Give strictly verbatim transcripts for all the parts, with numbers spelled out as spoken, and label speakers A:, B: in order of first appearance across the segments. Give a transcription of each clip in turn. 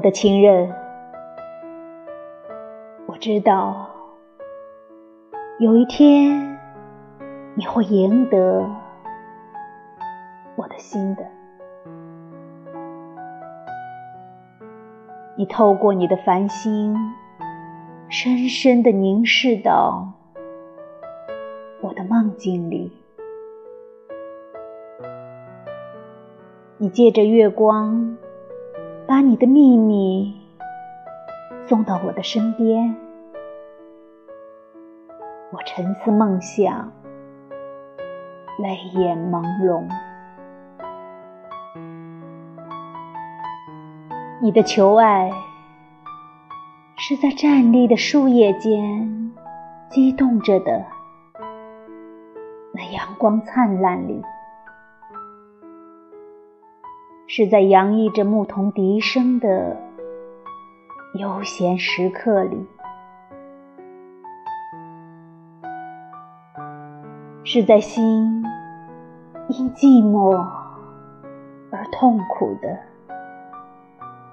A: 的情人，我知道有一天你会赢得我的心的。你透过你的繁星，深深地凝视到我的梦境里。你借着月光，把你的秘密送到我的身边。我沉思梦想，泪眼朦胧。你的求爱是在站立的树叶间激动着的那阳光灿烂里，是在洋溢着牧童笛声的悠闲时刻里，是在心因寂寞而痛苦的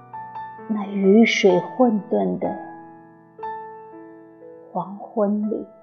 A: 那雨水混沌的黄昏里。